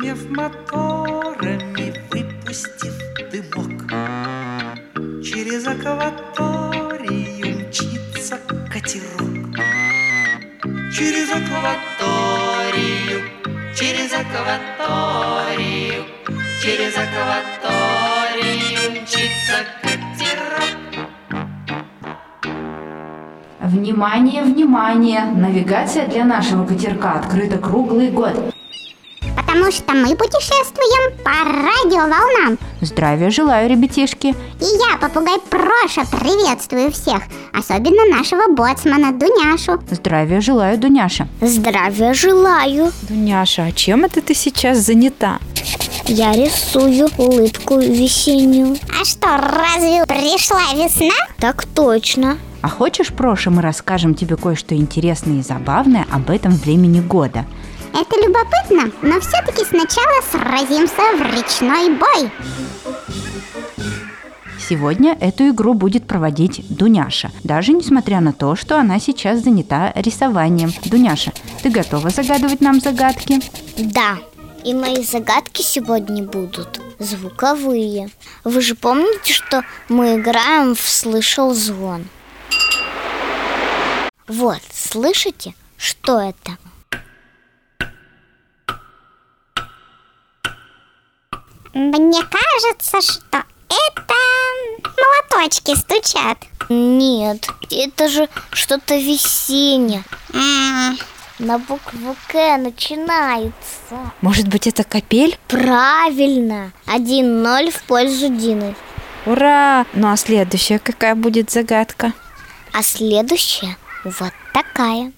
Загремев моторами, выпустив дымок, через акваторию мчится катерок. Через акваторию, через акваторию, через акваторию мчится катерок. Внимание, внимание! Навигация для нашего катерка открыта круглый год. Потому что мы путешествуем по радиоволнам. Здравия желаю, ребятишки! И я, попугай Проша, приветствую всех, особенно нашего боцмана Дуняшу. Здравия желаю, Дуняша! Здравия желаю. Дуняша, а чем это ты сейчас занята? Я рисую улыбку весеннюю. А что, разве пришла весна? Так точно. А хочешь, Проша, мы расскажем тебе кое-что интересное и забавное об этом времени года? Это любопытно, но все-таки сначала сразимся в речной бой. Сегодня эту игру будет проводить Дуняша, даже несмотря на то, что она сейчас занята рисованием. Дуняша, ты готова загадывать нам загадки? Да, и мои загадки сегодня будут звуковые. Вы же помните, что мы играем в «Слышал звон»? Вот, слышите, что это? Мне кажется, что это молоточки стучат. Нет, это же что-то весеннее. На букву «К» начинается. Может быть, это капель? Правильно, 1-0 в пользу Дины. Ура! Ну а следующая какая будет загадка? А следующая вот такая.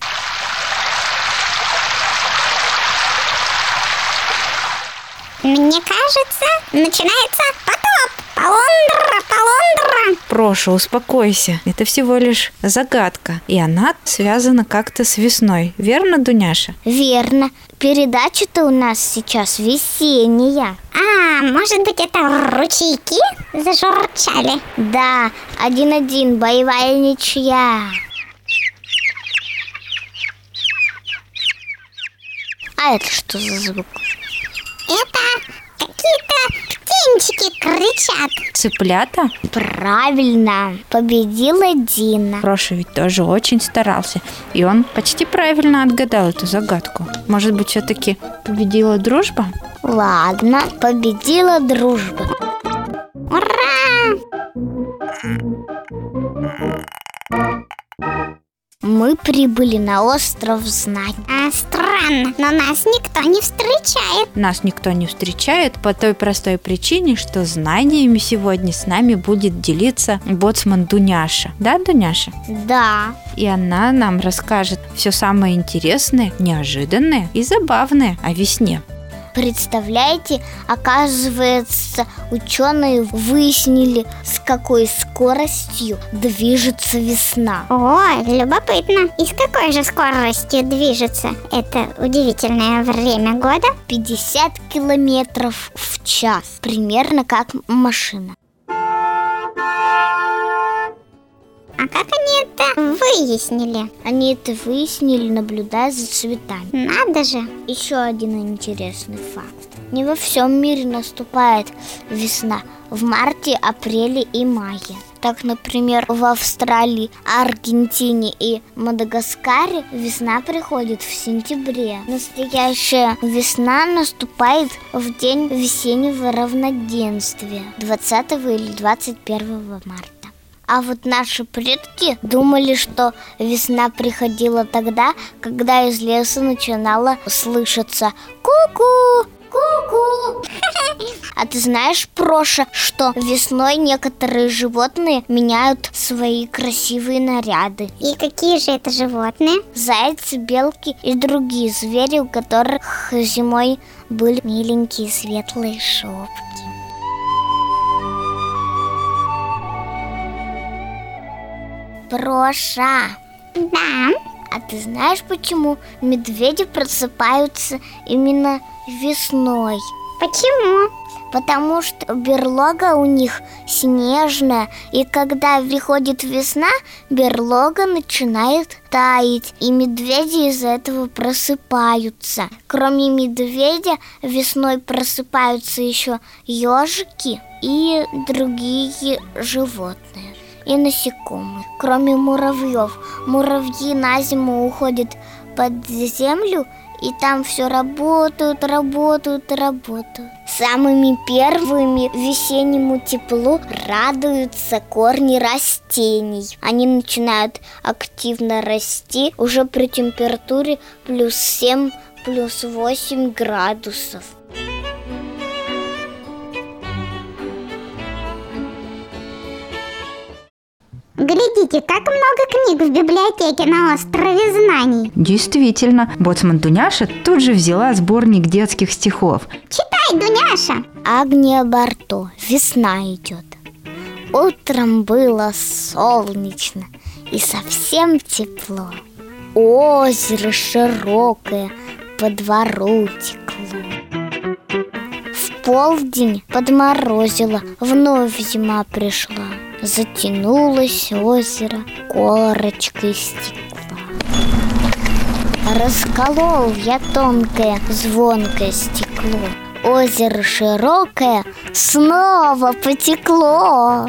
Мне кажется, начинается потоп. Полундра, полундра. Проша, успокойся. Это всего лишь загадка. И она связана как-то с весной. Верно, Дуняша? Верно. Передача-то у нас сейчас весенняя. А, может быть, это ручейки зажурчали? Да, 1-1, боевая ничья. А это что за звук? Это какие-то птенчики кричат. Цыплята? Правильно, победила Дина. Проша ведь тоже очень старался. И он почти правильно отгадал эту загадку. Может быть, все-таки победила дружба? Ладно, победила дружба. Ура! Мы прибыли на остров Знаний. Странно, но нас никто не встречает. Нас никто не встречает по той простой причине, что знаниями сегодня с нами будет делиться боцман Дуняша. Да, Дуняша? Да. И она нам расскажет все самое интересное, неожиданное и забавное о весне. Представляете, оказывается, ученые выяснили, с какой скоростью движется весна. О, любопытно. И с какой же скоростью движется это удивительное время года? 50 километров в час, примерно как машина. А как они это выяснили? Они это выяснили, наблюдая за цветами. Надо же. Еще один интересный факт. Не во всем мире наступает весна. В марте, апреле и мае. Так, например, в Австралии, Аргентине и Мадагаскаре весна приходит в сентябре. Настоящая весна наступает в день весеннего равноденствия, 20 или 21 марта. А вот наши предки думали, что весна приходила тогда, когда из леса начинало слышаться ку-ку, ку-ку. А ты знаешь, Проша, что весной некоторые животные меняют свои красивые наряды? И какие же это животные? Зайцы, белки и другие звери, у которых зимой были миленькие светлые шубки. Проша, Да. а ты знаешь, почему медведи просыпаются именно весной? Почему? Потому что берлога у них снежная, и когда приходит весна, берлога начинает таять, и медведи из-за этого просыпаются. Кроме медведя, весной просыпаются еще ежики и другие животные, и насекомые. Кроме муравьев. Муравьи на зиму уходят под землю, и там все работают. Самыми первыми весеннему теплу радуются корни растений. Они начинают активно расти уже при температуре плюс 7, плюс 8 градусов. Глядите, как много книг в библиотеке на острове знаний. Действительно, боцман Дуняша тут же взяла сборник детских стихов. Читай, Дуняша. Агния Барто. Весна идет. Утром было солнечно и совсем тепло. Озеро широкое по двору текло. В полдень подморозило, вновь зима пришла. Затянулось озеро корочкой стекла. Расколол я тонкое звонкое стекло. Озеро широкое снова потекло.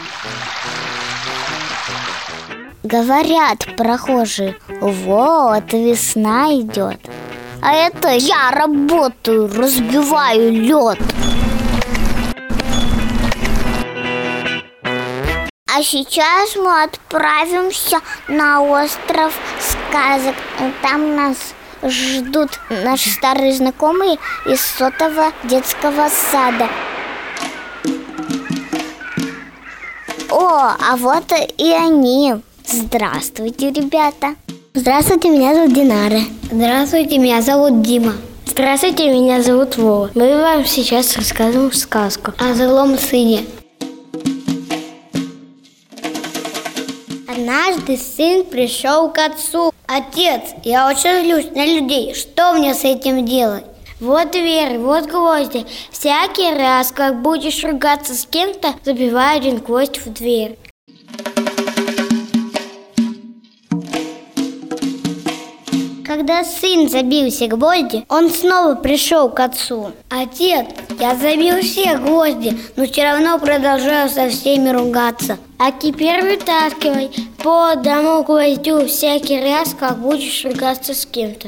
Говорят прохожие: вот весна идет. А это я работаю, разбиваю лед. А сейчас мы отправимся на остров сказок. Там нас ждут наши старые знакомые из 100-го детского сада. О, а вот и они. Здравствуйте, ребята. Здравствуйте, меня зовут Динара. Здравствуйте, меня зовут Дима. Здравствуйте, меня зовут Вова. Мы вам сейчас расскажем сказку о злом сыне. Однажды сын пришел к отцу. Отец, я очень злюсь на людей. Что мне с этим делать? Вот дверь, вот гвозди. Всякий раз, как будешь ругаться с кем-то, забивай один гвоздь в дверь. Когда сын забил все гвозди, он снова пришел к отцу. Отец, я забил все гвозди, но все равно продолжаю со всеми ругаться. А теперь вытаскивай по одному гвоздю всякий раз, как будешь ругаться с кем-то.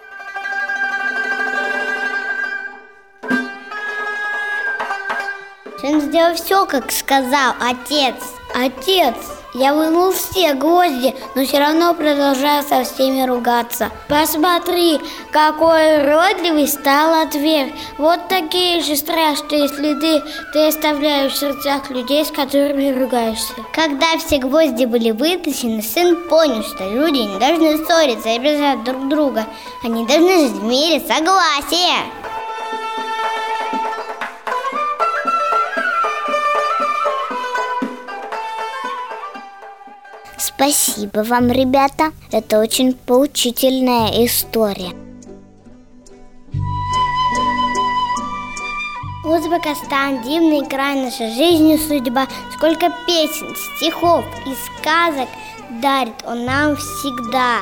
Сын сделал все, как сказал отец. Отец, я вынул все гвозди, но все равно продолжаю со всеми ругаться. Посмотри, какой уродливый стала дверь. Вот такие же страшные следы ты оставляешь в сердцах людей, с которыми ругаешься. Когда все гвозди были вытащены, сын понял, что люди не должны ссориться и обижать друг друга. Они должны жить в мире согласия. Спасибо вам, ребята. Это очень поучительная история. Узбекистан, дивный край, наша жизнь и судьба. Сколько песен, стихов и сказок дарит он нам всегда.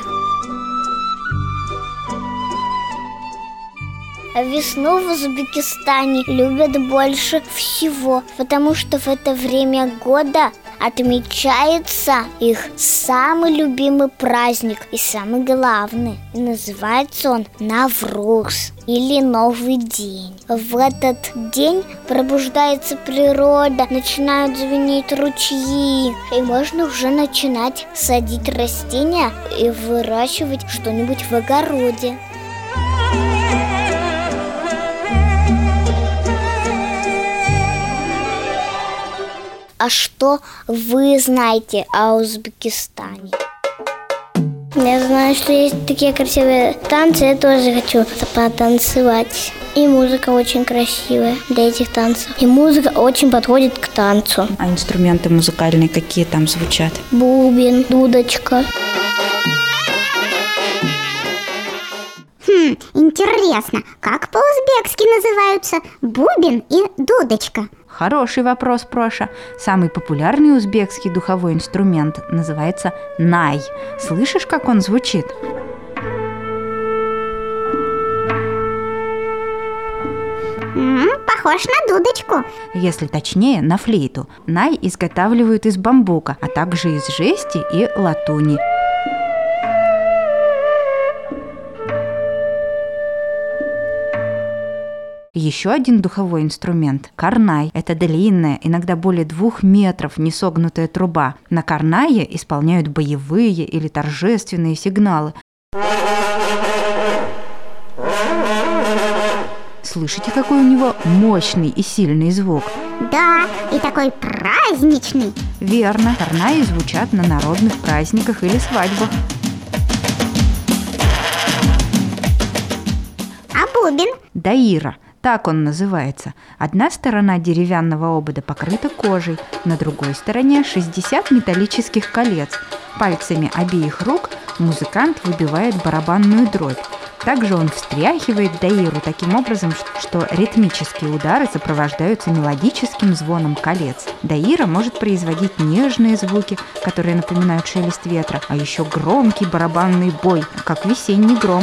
А весну в Узбекистане любят больше всего, потому что в это время года отмечается их самый любимый праздник и самый главный. И называется он Навруз или Новый день. В этот день пробуждается природа, начинают звенеть ручьи, и можно уже начинать садить растения и выращивать что-нибудь в огороде. А что вы знаете о Узбекистане? Я знаю, что есть такие красивые танцы, я тоже хочу потанцевать. И музыка очень красивая для этих танцев. И музыка очень подходит к танцу. А инструменты музыкальные какие там звучат? Бубен, дудочка. Интересно, как по-узбекски называются бубен и дудочка? Хороший вопрос, Проша. Самый популярный узбекский духовой инструмент называется най. Слышишь, как он звучит? Похож на дудочку. Если точнее, на флейту. Най изготавливают из бамбука, а также из жести и латуни. Еще один духовой инструмент – карнай. Это длинная, иногда более 2 метров, несогнутая труба. На карнае исполняют боевые или торжественные сигналы. Слышите, какой у него мощный и сильный звук? Да, и такой праздничный. Верно, карнаи звучат на народных праздниках или свадьбах. А бубен? Даира. Так он называется. Одна сторона деревянного обода покрыта кожей, на другой стороне 60 металлических колец. Пальцами обеих рук музыкант выбивает барабанную дробь. Также он встряхивает даиру таким образом, что ритмические удары сопровождаются мелодическим звоном колец. Даира может производить нежные звуки, которые напоминают шелест ветра, а еще громкий барабанный бой, как весенний гром.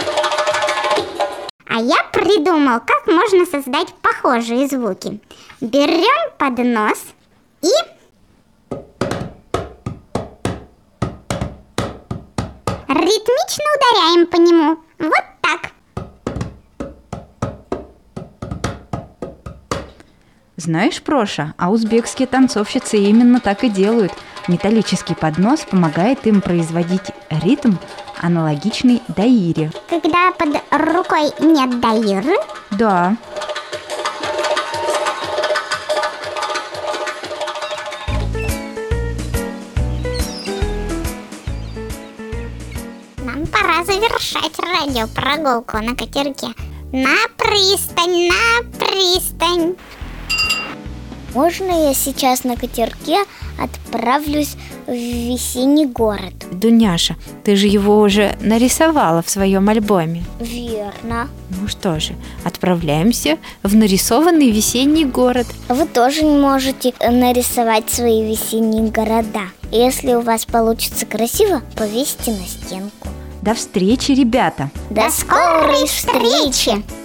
А я придумал, как можно создать похожие звуки. Берем поднос и ритмично ударяем по нему. Вот так. Знаешь, Проша, а узбекские танцовщицы именно так и делают. Металлический поднос помогает им производить ритм, аналогичный даире. Когда под рукой нет даиры? Да. Нам пора завершать радиопрогулку на катерке. На пристань, на пристань. Можно я сейчас на катерке отправлюсь в весенний город? Дуняша, ты же его уже нарисовала в своем альбоме. Верно. Ну что же, отправляемся в нарисованный весенний город. Вы тоже можете нарисовать свои весенние города. Если у вас получится красиво, повесьте на стенку. До встречи, ребята! До скорой встречи!